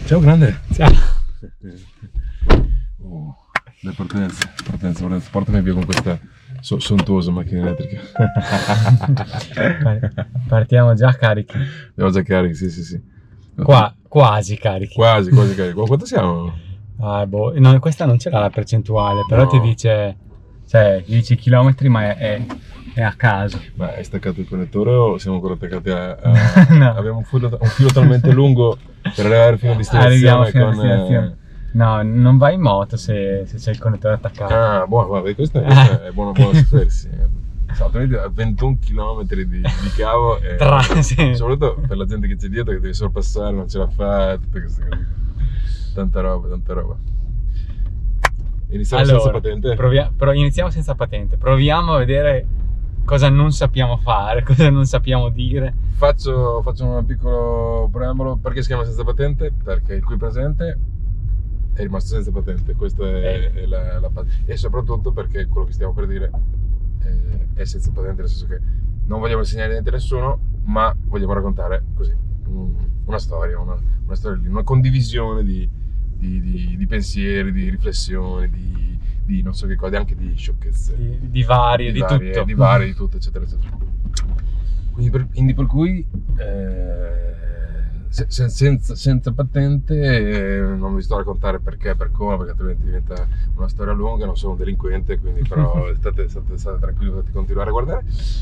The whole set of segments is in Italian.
Ciao grande. Ciao. Le partenze, portami via con questa sontuosa macchina elettrica. Partiamo già carichi. Andiamo già carichi, sì. Quasi carichi. Quasi carichi. Quanto siamo? No, questa non c'era la percentuale, però No. ti dice chilometri, ma è a caso. Ma hai staccato il connettore o siamo ancora attaccati No. Abbiamo un filo talmente lungo per arrivare fino a Arriviamo destinazione fino a destinazione. No, non vai in moto se c'è il connettore attaccato. Ah, buono, guarda, questo è buono sapersi. Altrimenti a 21 km di cavo e Sì. soprattutto per la gente che c'è dietro che deve sorpassare, non ce la fa, tutte queste cose. Tanta roba. Iniziamo senza patente? Iniziamo senza patente. Proviamo a vedere cosa non sappiamo fare, cosa non sappiamo dire. Faccio un piccolo preambolo. Perché si chiama senza patente? Perché il qui presente è rimasto senza patente, questa è la e soprattutto perché quello che stiamo per dire è senza patente, nel senso che non vogliamo insegnare niente a nessuno, ma vogliamo raccontare così una storia, una condivisione di pensieri, di riflessioni, di non so che cose, anche di sciocchezze, di varie, di tutto, eccetera. Quindi per cui senza patente non vi sto a raccontare perché, per come, perché altrimenti diventa una storia lunga. Non sono un delinquente, quindi però state tranquilli, potete continuare a guardare.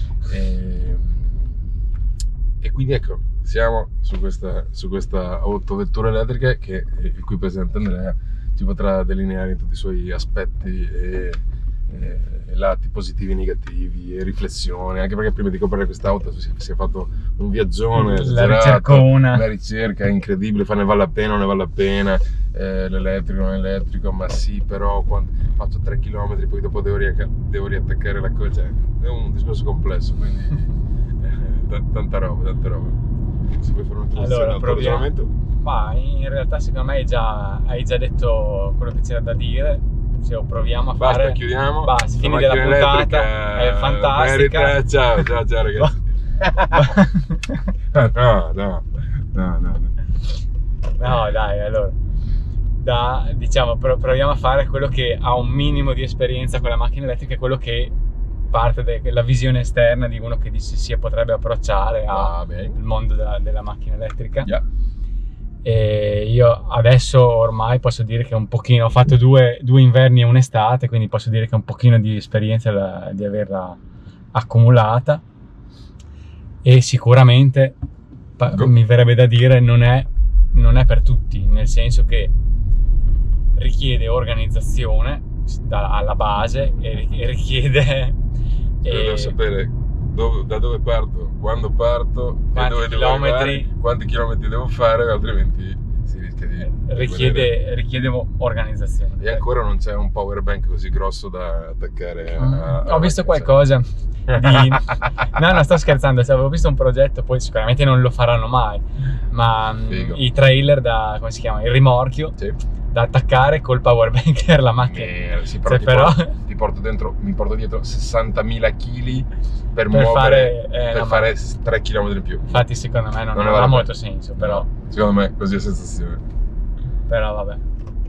E quindi ecco, siamo su questa autovettura elettrica che il qui presente Andrea ci potrà delineare in tutti i suoi aspetti e lati positivi e negativi e riflessioni, anche perché prima di comprare quest'auto si è fatto un viaggione esagerato, una ricerca incredibile, ne vale la pena o non ne vale la pena, l'elettrico non è elettrico, ma sì, però quando faccio 3 km poi dopo devo riattaccare la cosa, cioè, è un discorso complesso, quindi tanta roba. Se vuoi fare un'introduzione al tuo ragionamento? Ma in realtà secondo me hai già detto quello che c'era da dire. Proviamo a fare. Basta, chiudiamo. Basta, fine della puntata. È fantastica. Merita. Ciao ragazzi. No, dai, allora. Diciamo, proviamo a fare quello che ha un minimo di esperienza con la macchina elettrica, quello che parte della visione esterna di uno che si potrebbe approcciare al mondo della macchina elettrica. Yeah. E io adesso ormai posso dire che un pochino, ho fatto due inverni e un'estate, quindi posso dire che un pochino di esperienza di averla accumulata, e sicuramente mi verrebbe da dire non è per tutti, nel senso che richiede organizzazione alla base e richiede devo sapere da dove parto, quando parto, e dove devo arrivare, quanti chilometri devo fare, altrimenti si rischia di richiede organizzazione. E ancora non c'è un power bank così grosso da attaccare ho visto qualcosa no, sto scherzando, avevo visto un progetto, poi sicuramente non lo faranno mai, ma i trailer come si chiama? Il rimorchio, sì, da attaccare col power bank per la macchina. Sì, però mi porto dietro 60.000 kg per muovere, fare 3 km in più. Infatti secondo me non ha molto senso, però. No, secondo me così è sensazione. Però vabbè.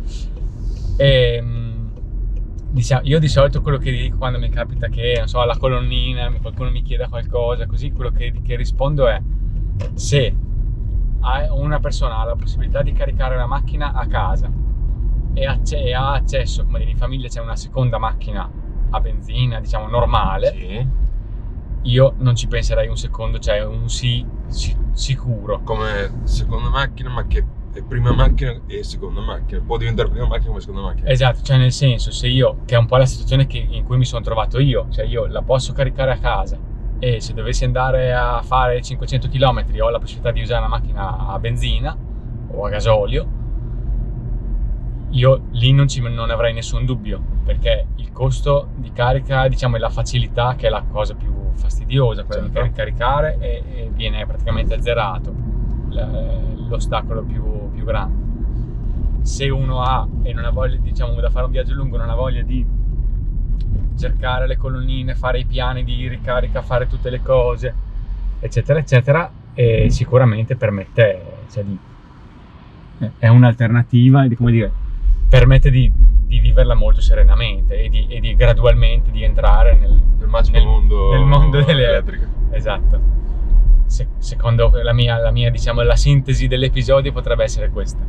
Diciamo, io di solito quello che dico quando mi capita che, non so, alla colonnina qualcuno mi chieda qualcosa, così quello che rispondo è: se una persona ha la possibilità di caricare la macchina a casa e ha accesso, come dire, in famiglia c'è una seconda macchina a benzina, diciamo normale, sì, io non ci penserei un secondo, cioè un sì sicuro. Come seconda macchina, ma che è prima macchina e seconda macchina, può diventare prima macchina come seconda macchina. Esatto, cioè nel senso, se io, che è un po' la situazione in cui mi sono trovato io, cioè io la posso caricare a casa e se dovessi andare a fare 500 km ho la possibilità di usare una macchina a benzina o a gasolio, io lì non avrei nessun dubbio, perché il costo di carica, diciamo, è la facilità che è la cosa più fastidiosa, quella di caricare, e viene praticamente azzerato l'ostacolo più grande. Se uno ha e non ha voglia, diciamo, da fare un viaggio lungo, non ha voglia di cercare le colonnine, fare i piani di ricarica, fare tutte le cose, eccetera eccetera, e sicuramente permette, cioè, è un'alternativa, come dire, permette di viverla molto serenamente e di gradualmente di entrare nel magico mondo dell'elettrica. Esatto. Secondo la mia diciamo la sintesi dell'episodio potrebbe essere questa.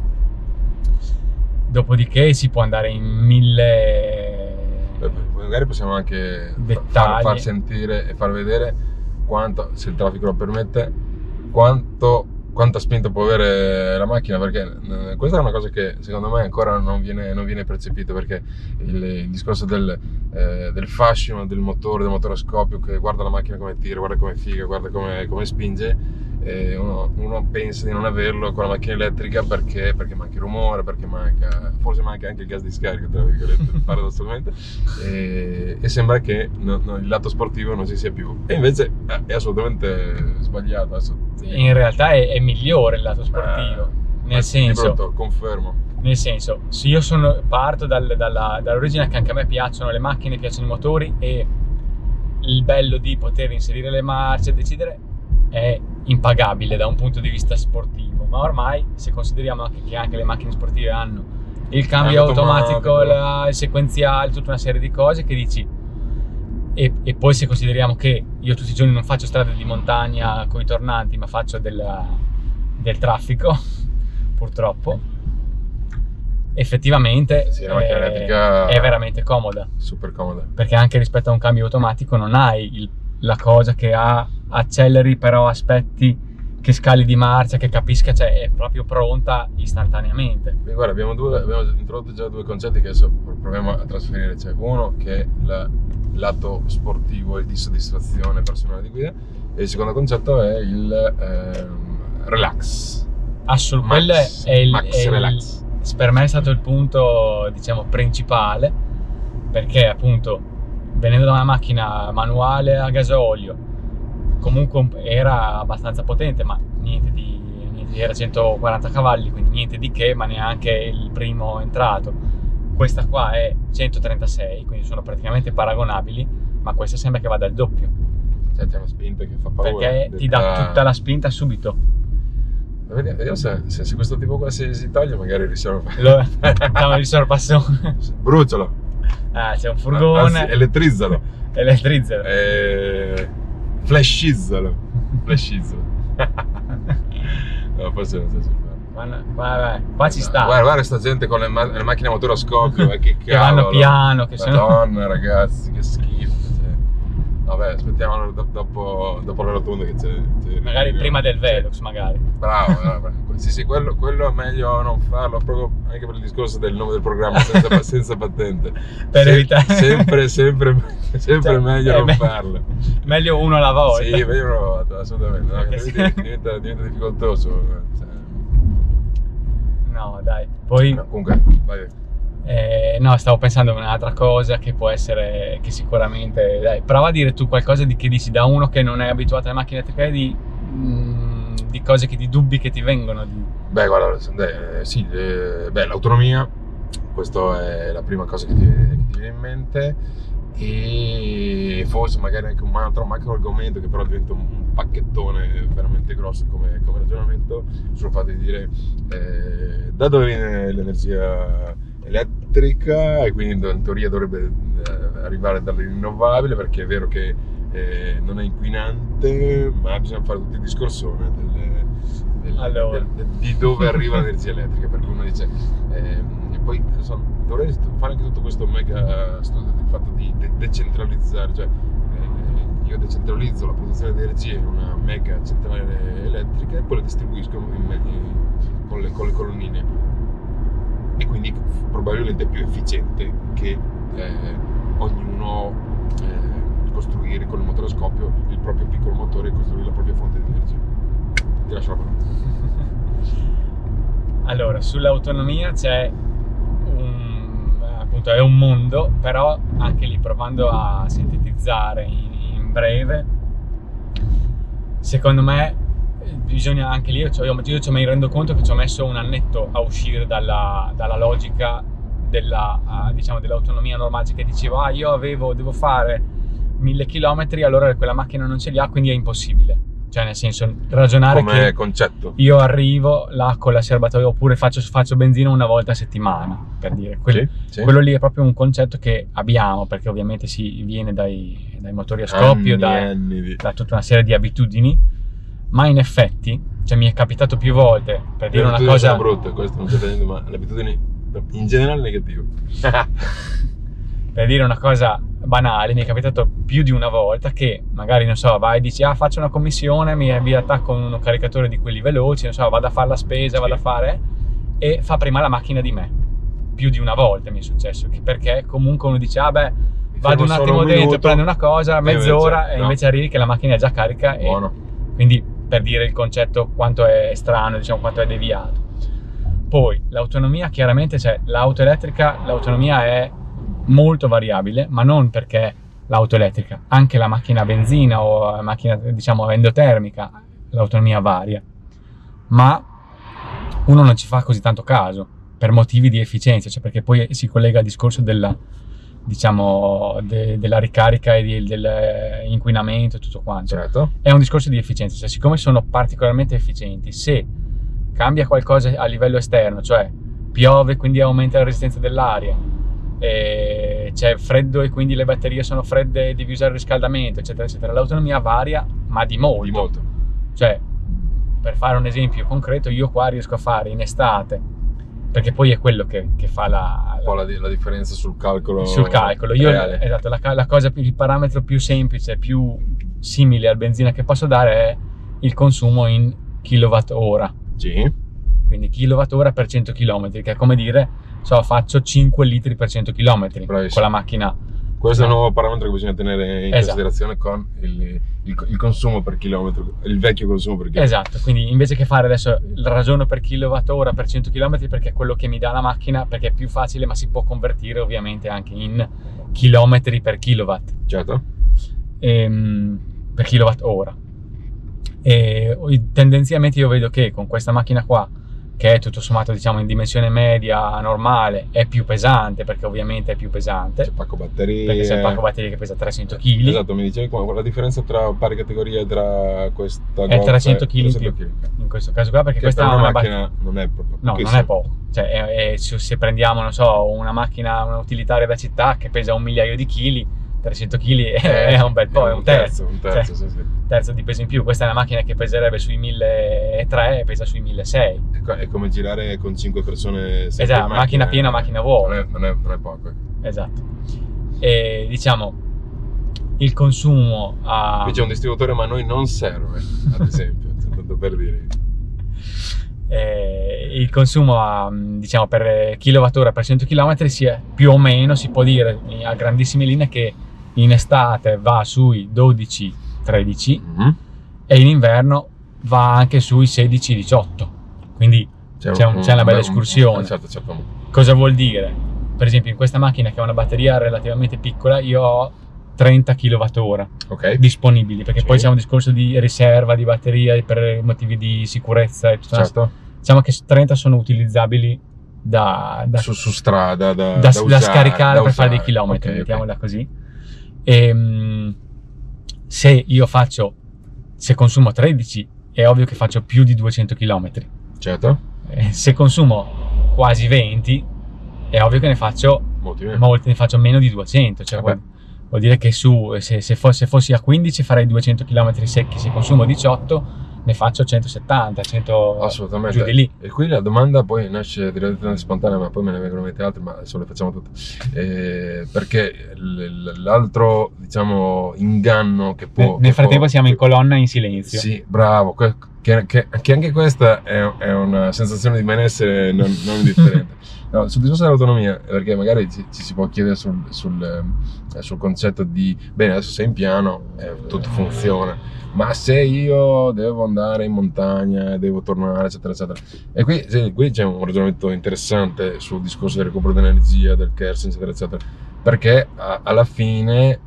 Dopodiché si può andare in 1000 magari possiamo anche far sentire e far vedere quanto, se il traffico lo permette, quanta spinta può avere la macchina, perché questa è una cosa che secondo me ancora non viene percepita, perché il discorso del fascino del motore a scoppio, che guarda la macchina come tira, guarda come figa, guarda come spinge, uno pensa di non averlo con la macchina elettrica perché manca il rumore, perché forse manca anche il gas di scarica, tra virgolette, paradossalmente, e sembra che il lato sportivo non ci sia più, e invece è assolutamente sbagliato. In realtà è migliore il lato sportivo, nel senso, brutto, confermo. Nel senso, se io parto dall'origine che anche a me piacciono le macchine, piacciono i motori, e il bello di poter inserire le marce, decidere, è impagabile da un punto di vista sportivo, ma ormai, se consideriamo che anche le macchine sportive hanno il cambio automatico, il sequenziale, tutta una serie di cose che dici, e poi se consideriamo che io tutti i giorni non faccio strade di montagna con i tornanti, ma faccio del traffico, purtroppo, effettivamente la macchina elettrica è veramente comoda, super comoda, perché anche rispetto a un cambio automatico non hai la cosa che acceleri, però aspetti che scali di marcia, che capisca, cioè è proprio pronta istantaneamente. E guarda, abbiamo introdotto già due concetti che adesso proviamo a trasferire. C'è uno che è il lato sportivo e di soddisfazione personale di guida, e il secondo concetto è il relax. Assolutamente, Relax. Per me è stato il punto, diciamo, principale, perché appunto, venendo da una macchina manuale a gasolio, comunque era abbastanza potente, ma era 140 cavalli, quindi niente di che, ma neanche il primo entrato. Questa qua è 136, quindi sono praticamente paragonabili, ma questa sembra che vada al doppio. Cioè c'è una spinta che fa paura, perché ti dà tutta la spinta subito. Vediamo se questo tipo qua si toglie, magari riusciamo Il sorpassone. Brucialo. C'è un furgone. Anzi, elettrizzalo. Flashizzalo. No, forse non so se qua ci sta. Guarda sta gente con le macchine a motore a scoppio, che vanno piano, che Madonna, ragazzi, che schifo. Vabbè, aspettiamo dopo la rotonda che c'è magari prima del Velox, magari. Bravo. Sì, quello è meglio non farlo, proprio anche per il discorso del nome del programma, senza patente. Per evitare. Sempre meglio non farlo. Meglio uno alla volta. Sì, meglio uno alla volta, assolutamente. No, diventa difficoltoso. No, dai. Poi. No, comunque, vai. No, stavo pensando a un'altra cosa che può essere, che sicuramente, dai, prova a dire tu qualcosa che dici da uno che non è abituato alle macchine elettriche, di cose di dubbi che ti vengono. Beh, guarda, sì, l'autonomia, questa è la prima cosa che ti viene in mente, e forse magari anche un altro macro argomento che però diventa un pacchettone veramente grosso come ragionamento, sul fatto di dire da dove viene l'energia elettrica, e quindi in teoria dovrebbe arrivare dalle rinnovabili, perché è vero che non è inquinante, ma bisogna fare tutto il discorsone di dove arriva l'energia elettrica, per cui uno dice e poi dovrei fare anche tutto questo mega studio del fatto di decentralizzare, cioè io decentralizzo la produzione di energia in una mega centrale elettrica e poi la distribuisco con le colonnine, e quindi probabilmente è più efficiente che ognuno costruire con il motore a scoppio il proprio piccolo motore e costruire la propria fonte di energia. Ti lascio la parola. Allora, sull'autonomia c'è appunto è un mondo, però anche lì, provando a sintetizzare in breve, secondo me bisogna anche lì, io mi rendo conto che ci ho messo un annetto a uscire dalla logica dell'autonomia normale, che dicevo io devo fare 1000 km, allora quella macchina non ce li ha, quindi è impossibile. cioè nel senso ragionare come che concetto. io arrivo là con la serbatoio oppure faccio benzina una volta a settimana, per dire. Sì. Quello lì è proprio un concetto che abbiamo, perché ovviamente si viene dai motori a scoppio, da tutta una serie di abitudini, ma in effetti, cioè, mi è capitato più volte, per dire una cosa... sono brutte, questo non c'è niente, ma le abitudini in generale negative. Per dire una cosa banale, mi è capitato più di una volta che magari, non so, vai e dici faccio una commissione, mi attacco un caricatore di quelli veloci, non so, vado a fare la spesa, vado a fare, e fa prima la macchina di me. Più di una volta mi è successo, perché comunque uno dice vado un attimo dentro, prendo una cosa, mezz'ora, e invece arrivi che la macchina è già carica. Buono. E quindi, per dire il concetto quanto è strano, diciamo, quanto è deviato. Poi l'autonomia, chiaramente c'è l'auto elettrica, l'autonomia è molto variabile, ma non perché l'auto elettrica, anche la macchina a benzina o la macchina, diciamo, endotermica, l'autonomia varia, ma uno non ci fa così tanto caso per motivi di efficienza, cioè perché poi si collega al discorso della, diciamo, della ricarica e dell'inquinamento e tutto quanto. Certo. È un discorso di efficienza, cioè siccome sono particolarmente efficienti, se cambia qualcosa a livello esterno, cioè piove quindi aumenta la resistenza dell'aria, c'è freddo e quindi le batterie sono fredde e devi usare il riscaldamento, eccetera eccetera, l'autonomia varia, ma di molto. Cioè, per fare un esempio concreto, io qua riesco a fare in estate, perché poi è quello che fa la differenza sul calcolo. Io, reale. esatto, la cosa, il parametro più semplice, più simile al benzina che posso dare è il consumo in kilowattora. Sì. Quindi kilowattora per 100 km, che è come dire, faccio 5 litri per 100 km con la macchina. Questo è un nuovo parametro che bisogna tenere in considerazione con il consumo per chilometro, il vecchio consumo per chilometro. Esatto, quindi invece che fare adesso il ragiono per kilowattora per 100 km, perché è quello che mi dà la macchina, perché è più facile, ma si può convertire ovviamente anche in chilometri per kilowatt. Certo. Per kilowattora. E tendenzialmente io vedo che con questa macchina qua, che è tutto sommato, diciamo, in dimensione media normale, è più pesante, perché ovviamente è più pesante. C'è pacco batterie. Perché c'è il pacco batterie che pesa 300 kg. Esatto, mi dicevi la differenza tra pari categorie tra questa è 300 kg in più, in questo caso qua, perché questa è una macchina non è proprio. No, non è poco. Cioè, se prendiamo, non so, una macchina, una utilitaria da città che pesa 1 migliaio di chili, 300 kg è un bel po', è un terzo. Terzo di peso in più. Questa è una macchina che peserebbe sui 1.300 e pesa sui 1.600. È come girare con 5 persone. Esatto, macchina piena, macchina vuota. Non è poco. Esatto. E diciamo, il consumo a... Qui c'è un distributore, ma a noi non serve, ad esempio, tanto per dire. Il consumo a, diciamo, per kilowattora per 100 km più o meno si può dire a grandissime linee che in estate va sui 12-13 e in inverno va anche sui 16-18, quindi c'è una bella escursione. Certo. Cosa vuol dire? Per esempio in questa macchina, che ha una batteria relativamente piccola, io ho 30 kWh disponibili, perché poi c'è un discorso di riserva di batteria per motivi di sicurezza e tutto. Certo. Diciamo che 30 sono utilizzabili su strada da scaricare per fare dei chilometri, mettiamola così. Se consumo 13 è ovvio che faccio più di 200 km. Certo. Se consumo quasi 20 è ovvio che ne faccio molti, ne faccio meno di 200, cioè vuol dire che se fossi a 15 farei 200 km secchi, se consumo 18 ne faccio 170, 100, assolutamente, giù di lì. E qui la domanda poi nasce direttamente spontanea, ma poi me ne vengono in mente altre, ma adesso le facciamo tutte. Perché l'altro, diciamo, inganno che può... Nel frattempo siamo in colonna in silenzio. Sì, bravo, che anche questa è una sensazione di benessere non indifferente. No, sul discorso dell'autonomia, perché magari ci si può chiedere sul concetto di, bene, adesso sei in piano, tutto funziona, ma se io devo andare in montagna, devo tornare, eccetera, eccetera. E qui c'è un ragionamento interessante sul discorso del recupero dell'energia, del kerosene, eccetera, eccetera, perché alla fine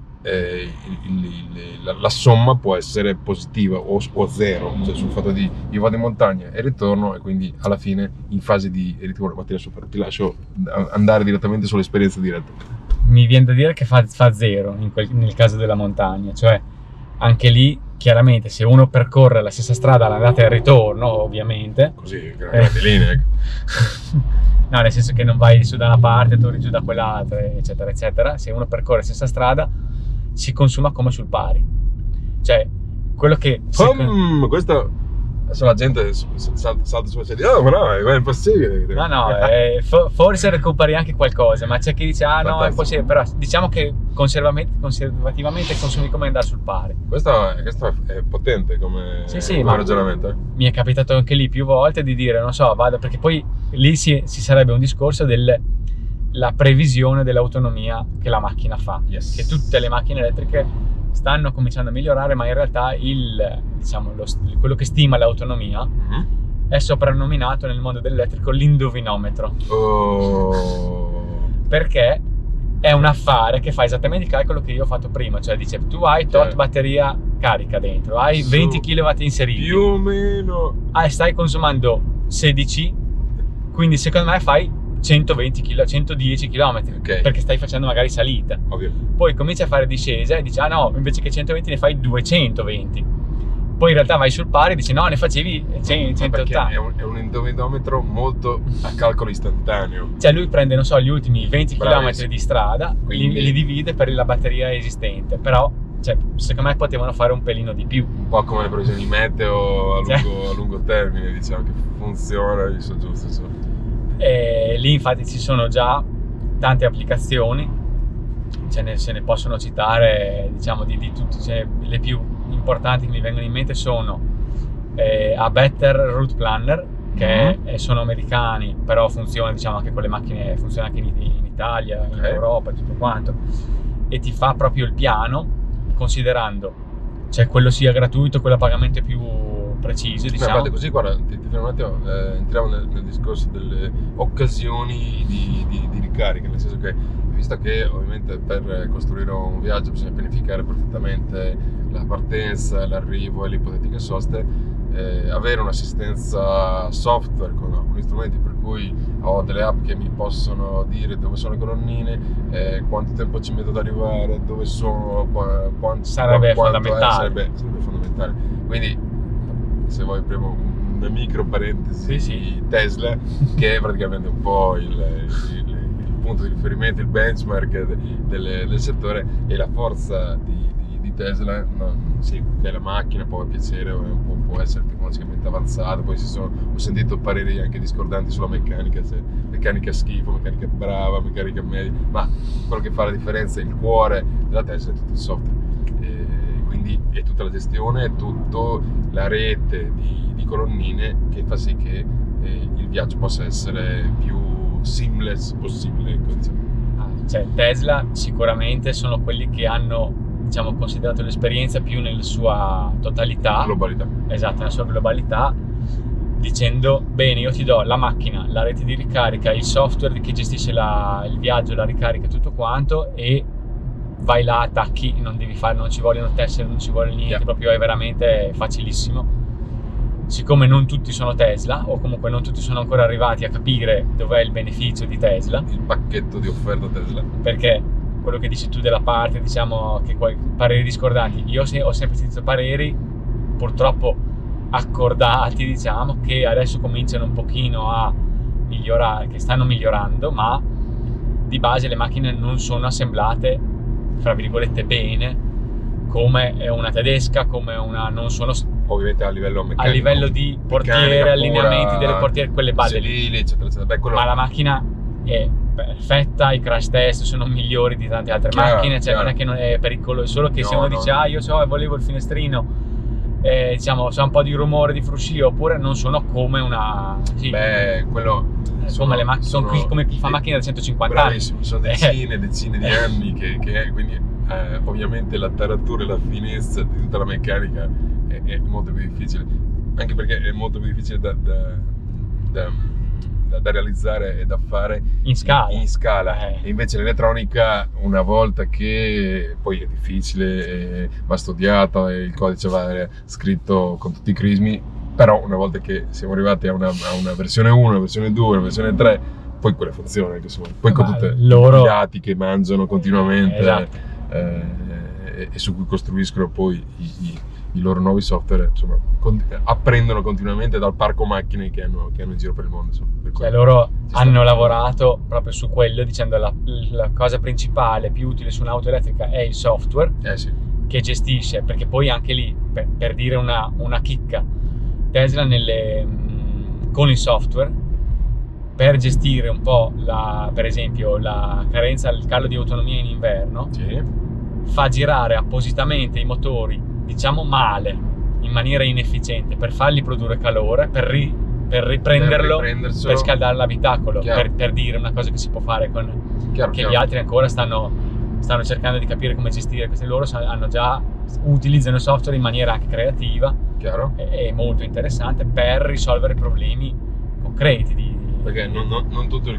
la somma può essere positiva o zero, cioè sul fatto di io vado in montagna e ritorno, e quindi alla fine in fase di ti lascio andare direttamente sull'esperienza diretta. Mi viene da dire che fa zero nel caso della montagna, cioè anche lì chiaramente se uno percorre la stessa strada all'andata e al ritorno, ovviamente. Così, grandi linee. Ecco. No, nel senso che non vai su da una parte, torni giù da quell'altra, eccetera, eccetera. Se uno percorre la stessa strada, si consuma come sul pari. Cioè, quello che... Questo... Adesso la gente salta sulla sedia, oh, ma no, è impossibile. No, forse recuperi anche qualcosa, ma c'è chi dice, ah no, è impossibile, però diciamo che conservativamente consumi come andare sul pari. Questo è potente come ragionamento. Mi è capitato anche lì più volte di dire, non so, vado, perché poi lì si sarebbe un discorso della previsione dell'autonomia che la macchina fa, che tutte le macchine elettriche stanno cominciando a migliorare, ma in realtà quello che stima l'autonomia è soprannominato nel mondo dell'elettrico l'indovinometro. Perché è un affare che fa esattamente il calcolo che io ho fatto prima, cioè dice tu hai tot batteria carica dentro, hai 20 kW inseriti, più o meno stai consumando 16, quindi secondo me fai 120 km, 110 km, perché stai facendo magari salita. Ovvio. Poi cominci a fare discesa e dici, ah no, invece che 120 ne fai 220. Poi in realtà vai sul pari e dici, no, ne facevi 180. È un indovinometro molto a calcolo istantaneo. Cioè lui prende, non so, gli ultimi 20 km di strada, quindi li divide per la batteria esistente, però secondo me potevano fare un pelino di più. Un po' come le previsioni meteo a lungo termine, diciamo, che funziona, giusto. E lì infatti ci sono già tante applicazioni, se ne possono citare, diciamo, di tutte, le più importanti che mi vengono in mente sono a Better Route Planner, che sono americani, però funziona, diciamo, anche con le macchine, funziona anche in Italia, in Europa e tutto quanto, e ti fa proprio il piano considerando, cioè quello sia gratuito, quello a pagamento più preciso, diciamo. Guarda, così, guarda, ti fermo un attimo, entriamo nel discorso delle occasioni di ricarica, nel senso che, visto che ovviamente per costruire un viaggio bisogna pianificare perfettamente la partenza, l'arrivo e le ipotetiche soste, avere un'assistenza software con alcuni strumenti per cui ho delle app che mi possono dire dove sono le colonnine, quanto tempo ci metto ad arrivare, dove sono, sarebbe fondamentale. Sarebbe fondamentale. Quindi, se vuoi, apriamo una micro parentesi Tesla, che è praticamente un po' il punto di riferimento, il benchmark del settore, e la forza di Tesla, che è la macchina può piacere, può essere tecnologicamente avanzata, poi ho sentito pareri anche discordanti sulla meccanica, se meccanica schifo, meccanica brava, meccanica media, ma quello che fa la differenza, il cuore della Tesla, è tutto il software. Quindi è tutta la gestione, è tutta la rete di colonnine che fa sì che il viaggio possa essere più seamless possibile. Cioè, Tesla sicuramente sono quelli che hanno, diciamo, considerato l'esperienza più nella sua totalità, globalità. Esatto, nella sua globalità, dicendo, bene, io ti do la macchina, la rete di ricarica, il software che gestisce il viaggio, la ricarica, tutto quanto, e vai là, attacchi, non ci vogliono tessere, non ci vuole niente, proprio è veramente facilissimo. Siccome non tutti sono Tesla, o comunque non tutti sono ancora arrivati a capire dov'è il beneficio di Tesla, il pacchetto di offerta Tesla, perché quello che dici tu della parte, diciamo, che pareri discordanti, io ho sempre sentito pareri purtroppo accordati, diciamo, che adesso cominciano un pochino a migliorare, che stanno migliorando, ma di base le macchine non sono assemblate, fra virgolette, bene, come una tedesca, come una, non sono, ovviamente a livello meccanico, a livello di portiere, allineamenti delle portiere, quelle balle lì, eccetera, eccetera. Ma la macchina è perfetta, i crash test sono migliori di tante altre macchine, cioè non è che non è pericoloso, solo che se uno dice io volevo il finestrino, diciamo, c'è un po' di rumore, di fruscio, oppure non sono come una, quello come le macchine, come chi fa macchine da 150 bravissimo, anni, sono decine di anni che quindi ovviamente la taratura e la finezza di tutta la meccanica è molto più difficile, anche perché è molto più difficile da realizzare e da fare in scala. E invece l'elettronica, una volta che poi è difficile, va studiata e il codice va scritto con tutti i crismi, però una volta che siamo arrivati a una versione 1, una versione 2, una versione 3, poi quella funziona, poi con tutti i dati che mangiano continuamente, esatto. E su cui costruiscono poi i loro nuovi software, insomma, apprendono continuamente dal parco macchine che hanno in giro per il mondo, insomma, per Cioè loro hanno lavorato proprio su quello, dicendo la cosa principale, più utile su un'auto elettrica è il software, sì, che gestisce, perché poi anche lì, per dire una chicca, Tesla con il software, per gestire un po' per esempio la carenza, il calo di autonomia in inverno, sì, fa girare appositamente i motori, diciamo male, in maniera inefficiente, per fargli produrre calore, per riprenderlo, per scaldare l'abitacolo, per dire una cosa che si può fare gli altri ancora stanno cercando di capire come gestire. Questi loro utilizzano il software in maniera anche creativa e molto interessante per risolvere problemi concreti perché non tutte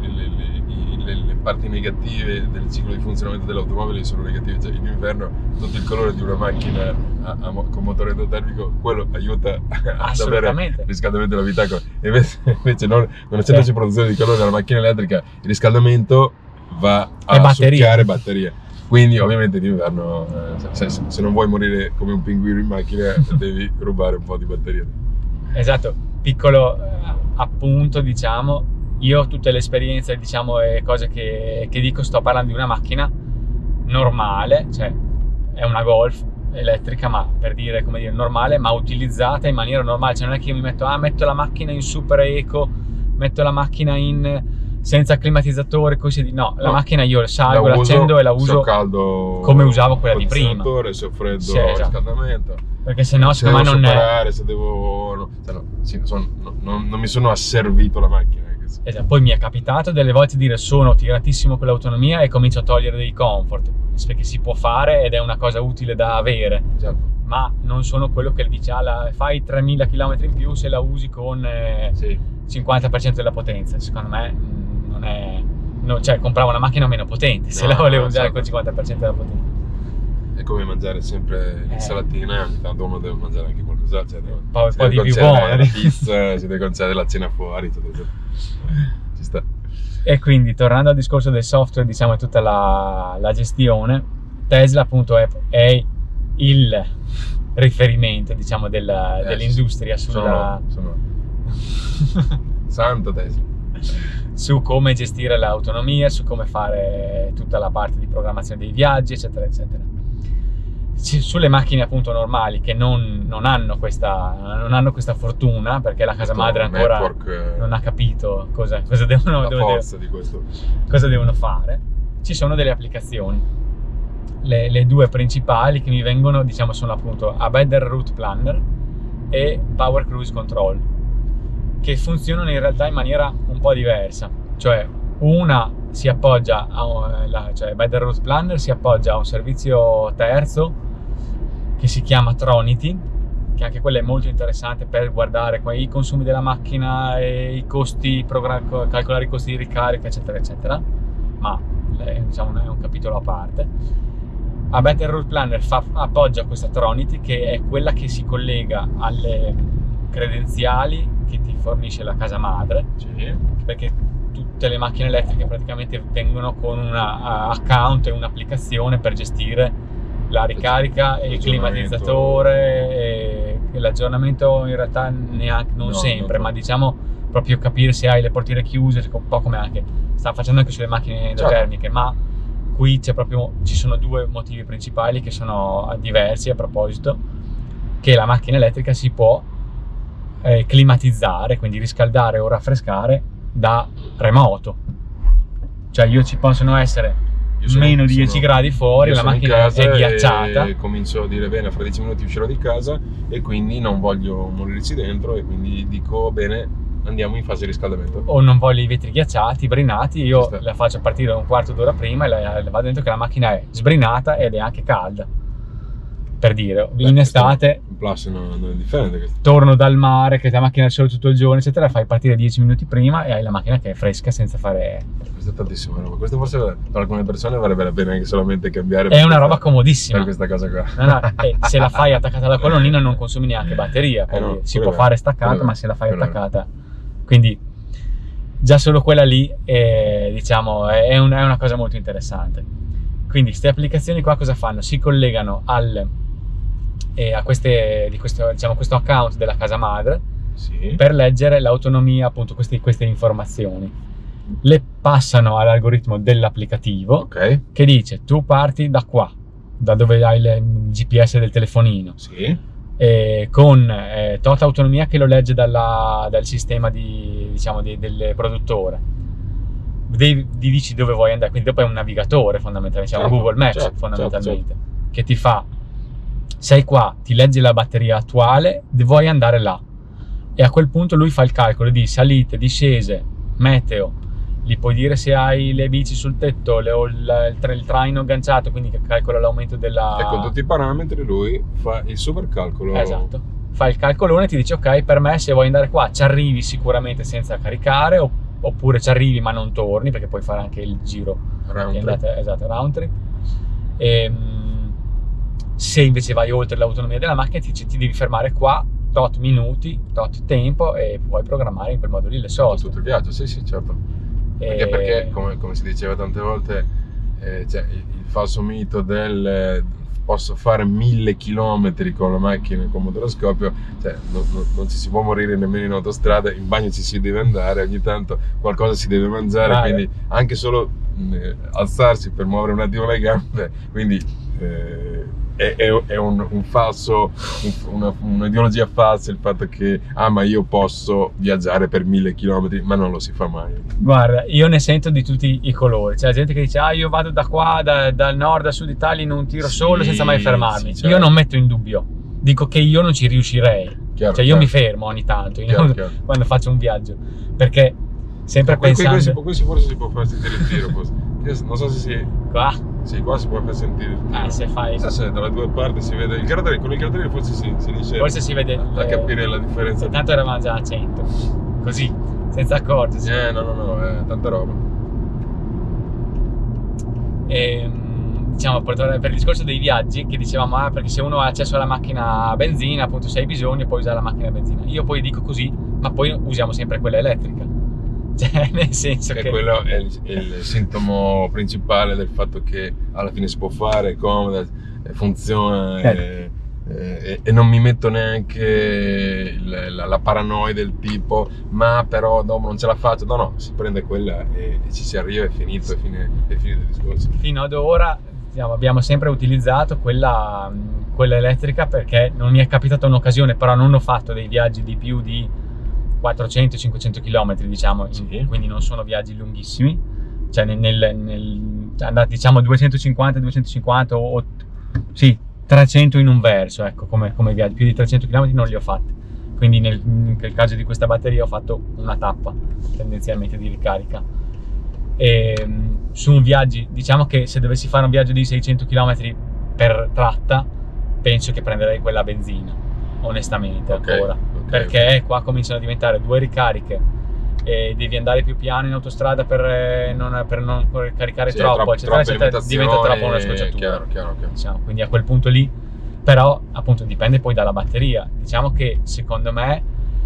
le parti negative del ciclo di funzionamento dell'automobile sono negative, cioè in inverno tutto il colore di una macchina con motore endotermico, quello aiuta ad avere riscaldamento dell'abitacolo, invece non essendoci produzione di calore dalla macchina elettrica, il riscaldamento va a succhiare batterie. Quindi ovviamente d'inverno se non vuoi morire come un pinguino in macchina devi rubare un po' di batterie. Esatto, piccolo appunto, diciamo, io ho tutte le esperienze, diciamo, e cose che dico, sto parlando di una macchina normale, cioè è una Golf elettrica, ma per dire, come dire, normale, ma utilizzata in maniera normale, cioè non è che io mi metto la macchina in super eco, metto la macchina senza climatizzatore, così no, la macchina io salgo, l'accendo e la uso caldo, come usavo quella di prima. Se ho freddo, riscaldamento. Perché sennò secondo me non è. Se devo. Non mi sono asservito la macchina. Esatto. Poi mi è capitato delle volte di dire sono tiratissimo con l'autonomia e comincio a togliere dei comfort, perché si può fare ed è una cosa utile da avere. Esatto. Ma non sono quello che dice fai 3000 km in più se la usi con 50% della potenza. Secondo me non è. Cioè compravo una macchina meno potente se la volevo usare con il 50% della potenza. È come mangiare sempre l'insalatina, ogni tanto uno deve mangiare anche qualcos'altro, un po' di più buono, la pizza, si deve concedere la cena fuori, ci sta. E quindi tornando al discorso del software, diciamo, e tutta la gestione, Tesla appunto è il riferimento, diciamo, dell'industria sono santo Tesla su come gestire l'autonomia, su come fare tutta la parte di programmazione dei viaggi, eccetera eccetera. Sulle macchine appunto normali che non hanno questa fortuna, perché la casa madre ancora non ha capito cosa devono fare, ci sono delle applicazioni. Le due principali che mi vengono, diciamo, sono appunto a Better Route Planner e Power Cruise Control, che funzionano in realtà in maniera un po' diversa. Cioè una si appoggia cioè Better Route Planner si appoggia a un servizio terzo che si chiama Tronity, che anche quello è molto interessante per guardare i consumi della macchina e i costi, calcolare i costi di ricarica, eccetera eccetera, ma diciamo è un capitolo a parte. A Better Route Planner appoggia questa Tronity, che è quella che si collega alle credenziali che ti fornisce la casa madre, perché tutte le macchine elettriche praticamente vengono con un account e un'applicazione per gestire la ricarica e il climatizzatore e l'aggiornamento. In realtà non sempre, ma diciamo proprio capire se hai le portiere chiuse, un po' come anche sta facendo anche sulle macchine endotermiche. Ma qui ci sono due motivi principali che sono diversi a proposito, che la macchina elettrica si può climatizzare, quindi riscaldare o raffrescare da remoto. Cioè ci possono essere meno di 10 gradi fuori, la macchina è ghiacciata e comincio a dire bene, fra 10 minuti uscirò di casa e quindi non voglio morirci dentro, e quindi dico bene, andiamo in fase di riscaldamento. O non voglio i vetri ghiacciati, brinati, io la faccio partire un quarto d'ora prima e le vado dentro che la macchina è sbrinata ed è anche calda. Per dire, in estate un plus non è differente questo. Torno dal mare, che la macchina è al sole tutto il giorno, eccetera, fai partire 10 minuti prima e hai la macchina che è fresca senza fare. Questo è tantissimo roba. Questo forse per alcune persone varrebbe la pena anche solamente cambiare. È una roba comodissima per questa cosa qua. No, e se la fai attaccata alla colonnina non consumi neanche batteria, si può fare staccata, ma se la fai attaccata, quindi già solo quella lì diciamo è una cosa molto interessante. Quindi queste applicazioni qua cosa fanno? Si collegano e a questo account della casa madre Sì. per leggere l'autonomia, appunto queste informazioni. Le passano all'algoritmo dell'applicativo Ok. che dice: tu parti da qua, da dove hai il GPS del telefonino, Sì. con tot autonomia, che lo legge dal sistema del produttore. Gli dici dove vuoi andare, quindi dopo è un navigatore fondamentalmente, Certo, un Google Maps certo, fondamentalmente, che ti fa: sei qua, ti legge la batteria attuale, vuoi andare là, e a quel punto lui fa il calcolo di salite, discese, meteo, gli puoi dire se hai le bici sul tetto o il traino agganciato, quindi che calcola l'aumento della... E con tutti i parametri lui fa il super calcolo. Esatto, fa il calcolone e ti dice: ok, per me se vuoi andare qua ci arrivi sicuramente senza caricare, oppure ci arrivi ma non torni, perché puoi fare anche il giro Round trip. esatto, round trip. Se invece vai oltre l'autonomia della macchina ti dice: ti devi fermare qua tot minuti, tot tempo, e puoi programmare in quel modo lì le soste. Tutto il viaggio, sì, certo. Anche perché, come si diceva tante volte, c'è il falso mito del posso fare 1000 chilometri con la macchina con motoscopio, cioè non ci si può morire nemmeno in autostrada, in bagno ci si deve andare, ogni tanto qualcosa si deve mangiare, quindi anche solo alzarsi per muovere un attimo le gambe, quindi è un falso, un'ideologia falsa il fatto che ma io posso viaggiare per 1000 chilometri, ma non lo si fa mai. Guarda, io ne sento di tutti i colori. C'è la gente che dice: io vado da qua, dal nord al sud Italia in un tiro solo senza mai fermarmi. Sì, certo. Io non metto in dubbio, dico che io non ci riuscirei. Chiaro, cioè io mi fermo ogni tanto chiaro. quando faccio un viaggio, perché sempre pensando... Qui forse si può far sentire il tiro, forse. Non so se si... Qua? Sì, qua si può far sentire il tiro. Se fai... Se dalle due parti si vede il carattere, con il carattere forse si riesce forse si vede a capire la differenza. Tanto eravamo già a 100, così, senza accorgersi. No, è tanta roba. Diciamo, per il discorso dei viaggi, che dicevamo, perché se uno ha accesso alla macchina a benzina, appunto, se hai bisogno puoi usare la macchina a benzina. Io poi dico così, ma poi usiamo sempre quella elettrica. Cioè, nel senso che quello è il sintomo principale del fatto che alla fine si può fare, è comoda, funziona, e non mi metto neanche la paranoia del tipo ma però dopo non ce la faccio. No, si prende quella e ci si arriva, è finito, è finito il discorso. Fino ad ora abbiamo sempre utilizzato quella elettrica, perché non mi è capitata un'occasione, però non ho fatto dei viaggi di più di 400-500 km, diciamo, sì. Quindi non sono viaggi lunghissimi, cioè andati, diciamo, 250 o sì, 300 in un verso, ecco, come viaggi. Più di 300 km non li ho fatti, quindi nel caso di questa batteria ho fatto una tappa tendenzialmente di ricarica. E su un viaggio, diciamo che se dovessi fare un viaggio di 600 km per tratta, penso che prenderei quella a benzina, onestamente, ancora. Perché qua cominciano a diventare 2 ricariche e devi andare più piano in autostrada per non caricare troppo, eccetera, diventa troppo una scocciatura. Chiaro. Diciamo, quindi a quel punto lì, però appunto dipende poi dalla batteria. Diciamo che secondo me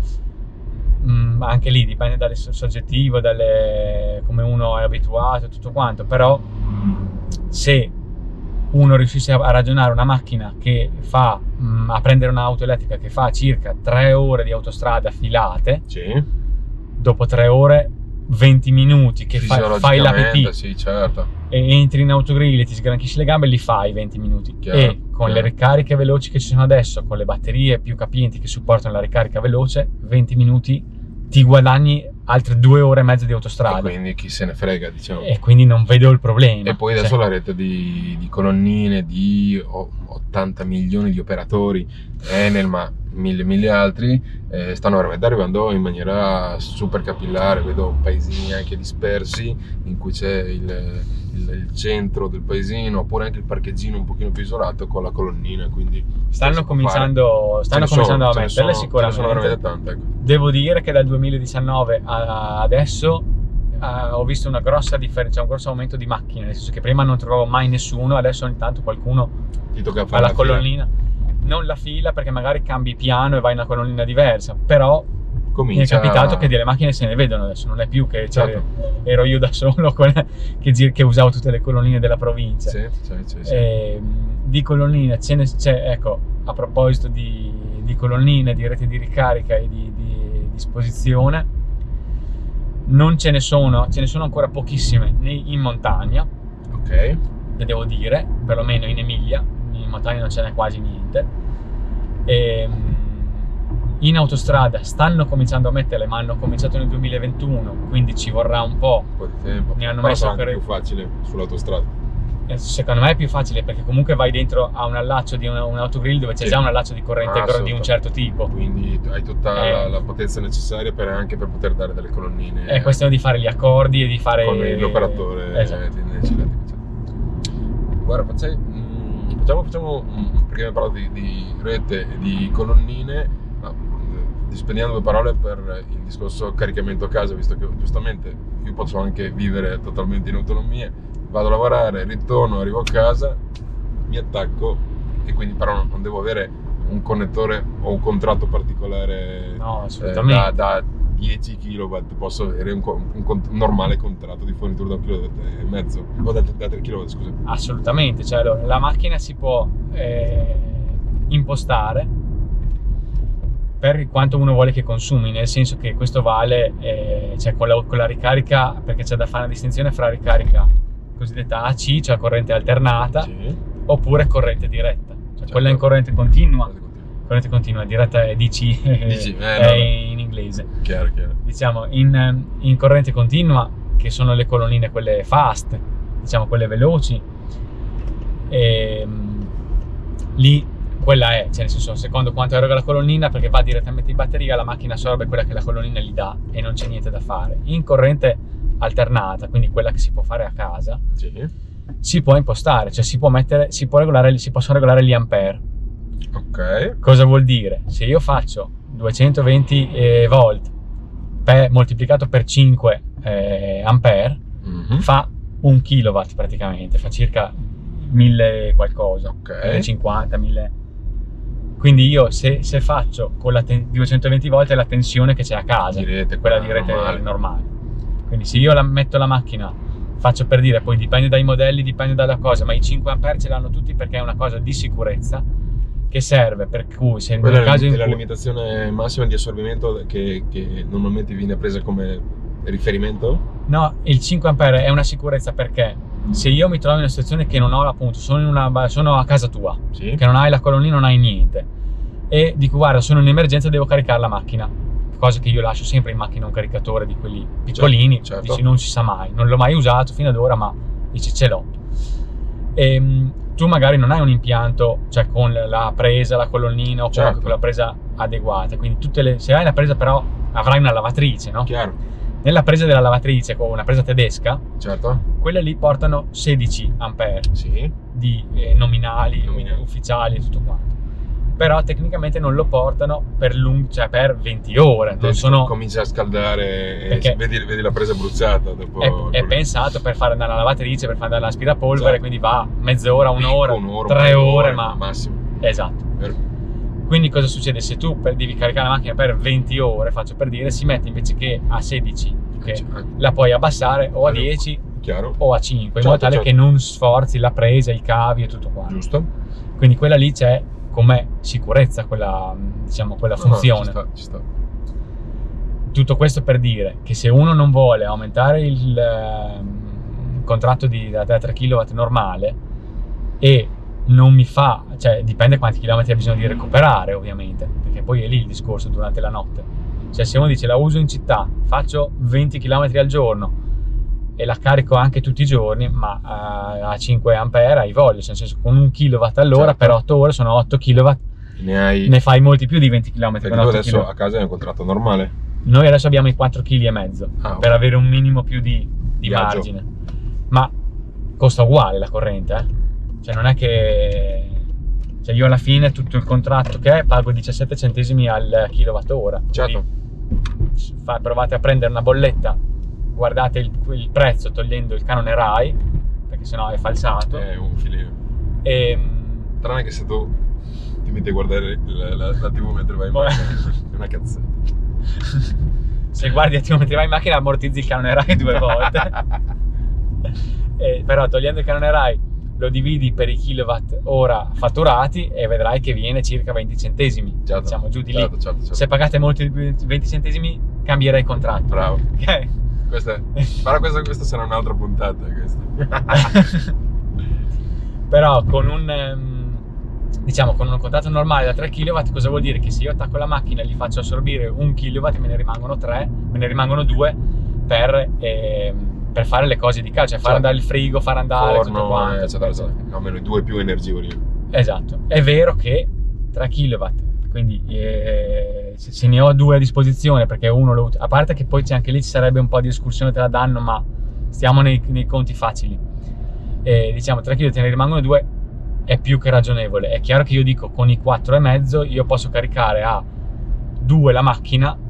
anche lì dipende dal soggettivo, come uno è abituato e tutto quanto, però se uno riuscisse a ragionare una macchina che fa a prendere un'auto elettrica che fa circa 3 ore di autostrada filate, sì. Dopo 3 ore 20 minuti che fai la pipì, sì, certo. e entri in autogrill e ti sgranchisci le gambe, li fai 20 minuti. E con le ricariche veloci che ci sono adesso, con le batterie più capienti che supportano la ricarica veloce, 20 minuti ti guadagni altre 2 ore e mezza di autostrada. E quindi chi se ne frega, diciamo. E quindi non vedo il problema. E poi adesso la rete di colonnine di 80 milioni di operatori, Enel, ma mille altri, stanno veramente arrivando in maniera super capillare. Vedo paesini anche dispersi in cui c'è il centro del paesino, oppure anche il parcheggino un pochino più isolato con la colonnina, quindi stanno cominciando a metterle sicuramente. Sono veramente tante, ecco. Devo dire che dal 2019 a adesso ho visto una grossa differenza, un grosso aumento di macchine, nel senso che prima non trovavo mai nessuno, adesso ogni tanto qualcuno ti tocca fare alla colonnina. Non la fila, perché magari cambi piano e vai in una colonnina diversa, però Mi è capitato che delle macchine se ne vedono adesso, non è più che Certo. ero io da solo che usavo tutte le colonnine della provincia. Sì. Di colonnine ecco, a proposito di colonnine, di rete di ricarica e di disposizione, non ce ne sono ancora pochissime in montagna, Ok. devo dire, perlomeno in Emilia, in montagna non ce n'è quasi niente. In autostrada stanno cominciando a metterle, ma hanno cominciato nel 2021, quindi ci vorrà un po'. Un po' di tempo. Ne hanno Però messo sarà anche più facile sull'autostrada. Secondo me è più facile perché comunque vai dentro a un allaccio di un autogrill dove c'è Sì. già un allaccio di corrente di un certo tipo. Quindi hai tutta la potenza necessaria anche per poter dare delle colonnine. È questione di fare gli accordi e di fare con l'operatore. Esatto. di energia elettrica. Guarda, facciamo perché abbiamo parlato di rete e di colonnine, spendiamo 2 parole per il discorso caricamento a casa, visto che giustamente io posso anche vivere totalmente in autonomia, vado a lavorare, ritorno, arrivo a casa, mi attacco e quindi però non devo avere un connettore o un contratto particolare. No, assolutamente. Da 10 kW posso avere un normale contratto di fornitura da 1,5 kW o da 3 kW, scusa. Assolutamente, cioè allora, la macchina si può impostare per quanto uno vuole che consumi, nel senso che questo vale cioè con la ricarica, perché c'è da fare una distinzione fra ricarica cosiddetta AC, cioè corrente alternata, Sì. oppure corrente diretta, cioè Certo. quella in corrente continua, diretta è DC, è in inglese. Chiaro. Diciamo in corrente continua, che sono le colonnine quelle fast, diciamo quelle veloci, lì quella è, cioè nel senso, secondo quanto eroga la colonnina, perché va direttamente in batteria, la macchina assorbe quella che la colonnina gli dà e non c'è niente da fare. In corrente alternata, quindi quella che si può fare a casa, Sì. si può impostare, cioè si possono regolare gli ampere. Ok. Cosa vuol dire? Se io faccio 220 volt moltiplicato per 5 ampere, fa 1 kW praticamente, fa circa 1000 qualcosa, Ok. 1050, 1000. Quindi io se faccio con la 220 volt è la tensione che c'è a casa, quella di rete normale. Quindi se io metto la macchina, faccio per dire, poi dipende dai modelli, dipende dalla cosa, ma i 5 ampere ce l'hanno tutti perché è una cosa di sicurezza che serve, per cui se nel caso in la cui limitazione massima di assorbimento che normalmente viene presa come riferimento? no, il 5 ampere è una sicurezza perché se io mi trovo in una situazione che non ho appunto, sono a casa tua, Sì. che non hai la colonnina, non hai niente, e dico guarda sono in emergenza, devo caricare la macchina, cosa che io lascio sempre in macchina un caricatore di quelli piccolini, certo. dici non si sa mai, non l'ho mai usato fino ad ora, ma dici ce l'ho. Tu magari non hai un impianto, cioè con la presa, la colonnina o comunque con la presa adeguata, quindi se hai la presa però avrai una lavatrice, no? Chiaro. Nella presa della lavatrice con una presa tedesca, Certo. quelle lì portano 16 ampere Sì. di nominali, ufficiali e tutto quanto. Però tecnicamente non lo portano per 20 ore. Non sono... Comincia a scaldare Perché... vedi la presa bruciata dopo. È pensato per fare andare la lavatrice, per fare andare l'aspirapolvere, esatto. Quindi va mezz'ora, un'ora, 3 ore, ma massimo. Esatto. Vero. Quindi cosa succede? Se tu devi caricare la macchina per 20 ore, faccio per dire, si mette invece che a 16, che la puoi abbassare o a 10 Chiaro. o a 5, in modo tale che non sforzi la presa, i cavi e tutto quanto. Giusto. Quindi quella lì c'è come sicurezza, quella funzione. Ci sta. Tutto questo per dire che se uno non vuole aumentare il contratto da 3 kW normale e non mi fa, cioè dipende quanti chilometri ha bisogno di recuperare ovviamente, perché poi è lì il discorso durante la notte. Cioè se uno dice la uso in città, faccio 20 km al giorno e la carico anche tutti i giorni, ma a 5 ampere hai voglia, cioè nel senso con 1 kW all'ora, certo. Per 8 ore sono 8 kW, ne fai molti più di 20 km. Perché tu adesso a casa hai un contratto normale? Noi adesso abbiamo i 4,5 kg per avere un minimo più di margine, ma costa uguale la corrente, Cioè non è che... Cioè io alla fine tutto il contratto che è pago 17 centesimi al kilowattora. Certo. Provate a prendere una bolletta, guardate il prezzo togliendo il canone RAI, perché sennò è falsato. È un filino. Tranne che se tu ti metti a guardare la TV mentre vai in macchina, è una cazzata. se guardi a chilometri vai in macchina ammortizzi il canone Rai 2 volte. Però togliendo il canone Rai lo dividi per i kilowatt ora fatturati e vedrai che viene circa 20 centesimi, Certo, diciamo giù di lì. certo. Se pagate molto di più di 20 centesimi cambierai il contratto. Bravo. Ok? Però questa sarà un'altra puntata. Però con un contratto normale da 3 kW, cosa vuol dire? Che se io attacco la macchina e gli faccio assorbire 1 kW, me ne rimangono 3, me ne rimangono 2 per fare le cose di casa, cioè far andare il frigo, far andare forno, tutto quanto. esatto. Almeno 2 più energie volevo. Esatto. È vero che 3 kW, quindi se ne ho 2 a disposizione, perché uno a parte che poi anche lì ci sarebbe un po' di escursione te la danno, ma stiamo nei conti facili. Diciamo 3 kg te ne rimangono 2, è più che ragionevole. È chiaro che io dico con i 4,5 io posso caricare a 2 la macchina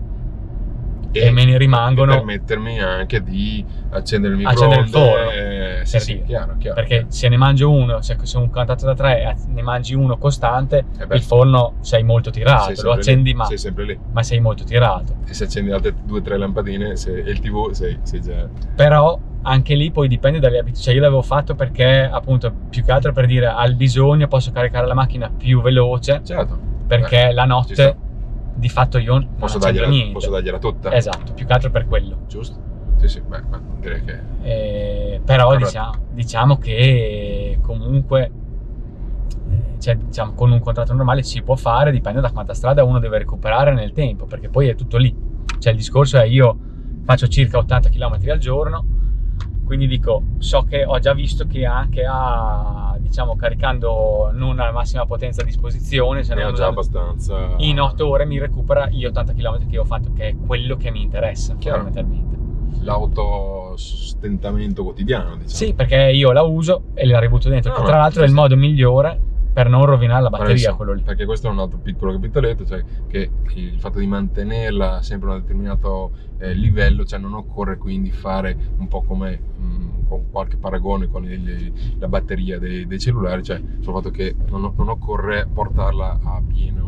e me ne rimangono, e permettermi anche di accendere il accendere il microonde, forno, sì, chiaro. perché se ne mangio uno, se un contatto da 3 ne mangi uno costante, il forno sei molto tirato, lo accendi sei sempre lì, ma sei molto tirato, e se accendi altre 2-3 lampadine e il TV sei già. Però anche lì poi dipende dalle abitudini, cioè io l'avevo fatto perché appunto più che altro per dire al bisogno posso caricare la macchina più veloce, certo, perché la notte di fatto io non posso dargliela tutta, esatto, più che altro per quello, giusto? Sì, direi che però diciamo che comunque cioè, diciamo, con un contratto normale si può fare, dipende da quanta strada uno deve recuperare nel tempo, perché poi è tutto lì, cioè il discorso è io faccio circa 80 km al giorno, quindi dico, so che ho già visto che anche diciamo caricando non alla massima potenza a disposizione, ne ho già abbastanza, in 8 ore mi recupera gli 80 km che ho fatto, che è quello che mi interessa fondamentalmente. L'autosostentamento quotidiano, diciamo. Sì, perché io la uso e la ributto dentro, che tra l'altro è il modo migliore per non rovinare la batteria, quello lì. Perché questo è un altro piccolo capitoletto, cioè che il fatto di mantenerla sempre a un determinato livello, cioè non occorre quindi fare un po' come con qualche paragone con la batteria dei cellulari, cioè sul fatto che non occorre portarla a piena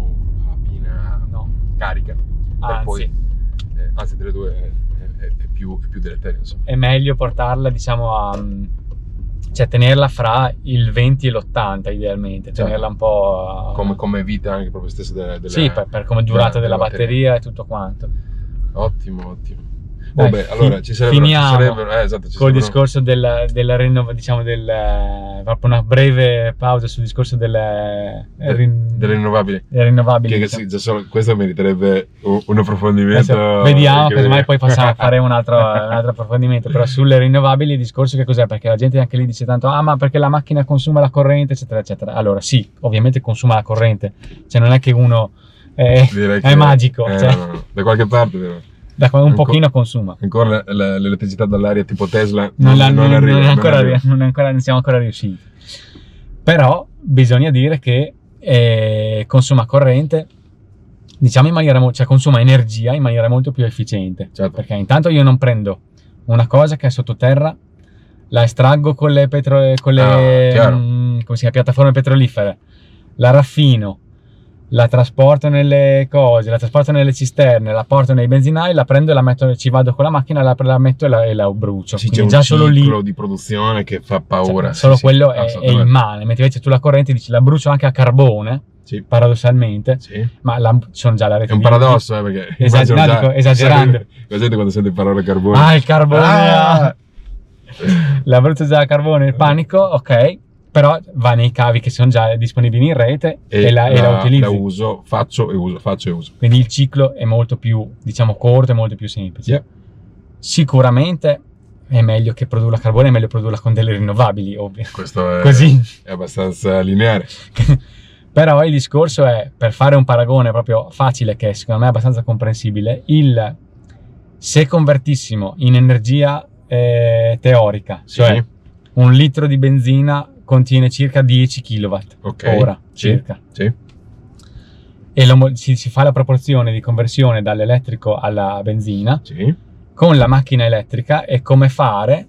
carica, per poi anzi delle due è più deleterio, insomma. È meglio portarla, diciamo, cioè tenerla fra il 20 e l'80 idealmente, tenerla un po' come vita anche proprio stessa della sì, per come durata della batteria e tutto quanto. Ottimo. Vabbè, allora ci sarebbero esatto, col discorso della diciamo proprio una breve pausa sul discorso delle rinnovabili. Che diciamo. già solo questo meriterebbe un approfondimento. Adesso vediamo, casomai poi possiamo fare un altro approfondimento, però sulle rinnovabili il discorso che cos'è? Perché la gente anche lì dice tanto, ma perché la macchina consuma la corrente, eccetera, eccetera. Allora sì, ovviamente consuma la corrente, cioè non è che uno è magico. Cioè, no. Da qualche parte pochino consuma. Ancora l'elettricità dall'aria tipo Tesla non siamo ancora riusciti. Però bisogna dire che consuma corrente, diciamo in maniera cioè consuma energia in maniera molto più efficiente. Certo. Perché intanto io non prendo una cosa che è sottoterra, la estraggo con le come si chiama, piattaforme petrolifere, la raffino, la trasporto nelle cisterne, la porto nei benzinai, la prendo e la metto, ci vado con la macchina, la metto e la brucio. Sì, c'è un già ciclo solo lì di produzione che fa paura. Cioè, solo quello è immane, mentre invece tu la corrente dici la brucio anche a carbone, paradossalmente, ma sono già la rete. È un paradosso, perché esagerando. Cos'è quando senti parole carbone? Il carbone! La brucio già a carbone, il panico, ok. Però va nei cavi che sono già disponibili in rete e la utilizzi. La uso, faccio e uso. Quindi il ciclo è molto più, diciamo, corto e molto più semplice. Yeah. Sicuramente è meglio che produrla a carbone, è meglio produrla con delle rinnovabili, ovvio. Questo Così. È abbastanza lineare. Però il discorso è, per fare un paragone proprio facile, che secondo me è abbastanza comprensibile, se convertissimo in energia teorica, cioè 1 litro di benzina contiene circa 10 kW ora, circa. Sì. E si fa la proporzione di conversione dall'elettrico alla benzina. Sì. Con la macchina elettrica è come fare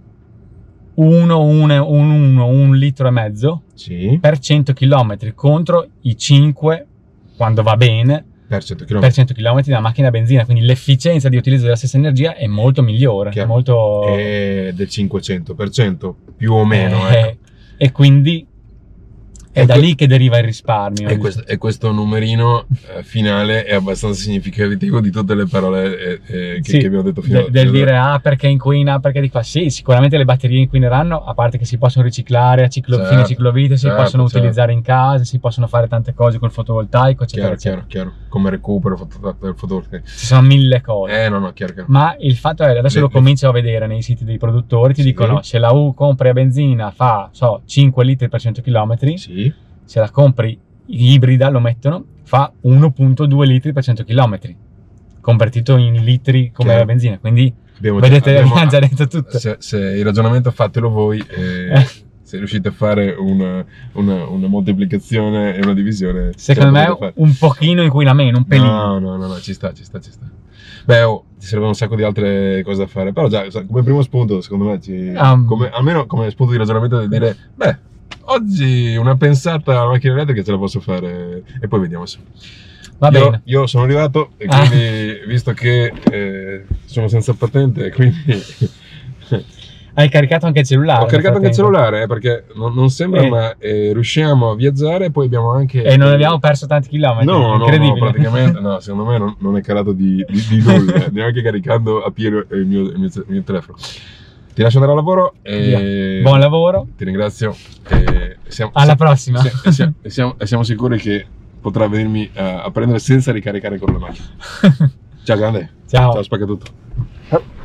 1 litro e mezzo per 100 km contro i 5, quando va bene, per 100 km. per 100 km da macchina a benzina, quindi l'efficienza di utilizzo della stessa energia è molto migliore, Chiaro. molto... È del 500%, più o meno. E quindi è da lì che deriva il risparmio. E questo numerino finale è abbastanza significativo di tutte le parole che abbiamo detto finora. Del dire perché inquina, perché di qua. Sì, sicuramente le batterie inquineranno, a parte che si possono riciclare a fine ciclovita, si possono utilizzare in casa, si possono fare tante cose col fotovoltaico, eccetera, eccetera. Chiaro, come recupero del fotovoltaico. Ci sono mille cose. Chiaro. Ma il fatto è, adesso lo comincio a vedere nei siti dei produttori, ti dicono, se la U compri a benzina fa, 5 litri per 100 km, sì. Se la compri ibrida, lo mettono, fa 1.2 litri per 100 km, convertito in litri come la benzina, quindi vedete, abbiamo già detto tutto. Se il ragionamento fatelo voi, se riuscite a fare una moltiplicazione e una divisione, secondo me un pochino inquina meno, un pelino. No, ci sta. Beh, ci sarebbero un sacco di altre cose da fare, però già come primo spunto, secondo me, almeno come spunto di ragionamento, di dire, beh, oggi una pensata alla macchina elettrica ce la posso fare, e poi vediamo se. Va bene. Io sono arrivato, e quindi visto che sono senza patente, quindi hai caricato anche il cellulare? Ho caricato anche il cellulare, perché non sembra, ma riusciamo a viaggiare, e poi abbiamo anche... E non abbiamo perso tanti chilometri, incredibile. No, praticamente, secondo me non è calato di nulla, neanche caricando a pieno il mio telefono. Ti lascio andare al lavoro e buon lavoro. Ti ringrazio. Alla prossima. Siamo sicuri che potrà venirmi a prendere senza ricaricare con la macchina. Ciao grande. Ciao Spacca tutto.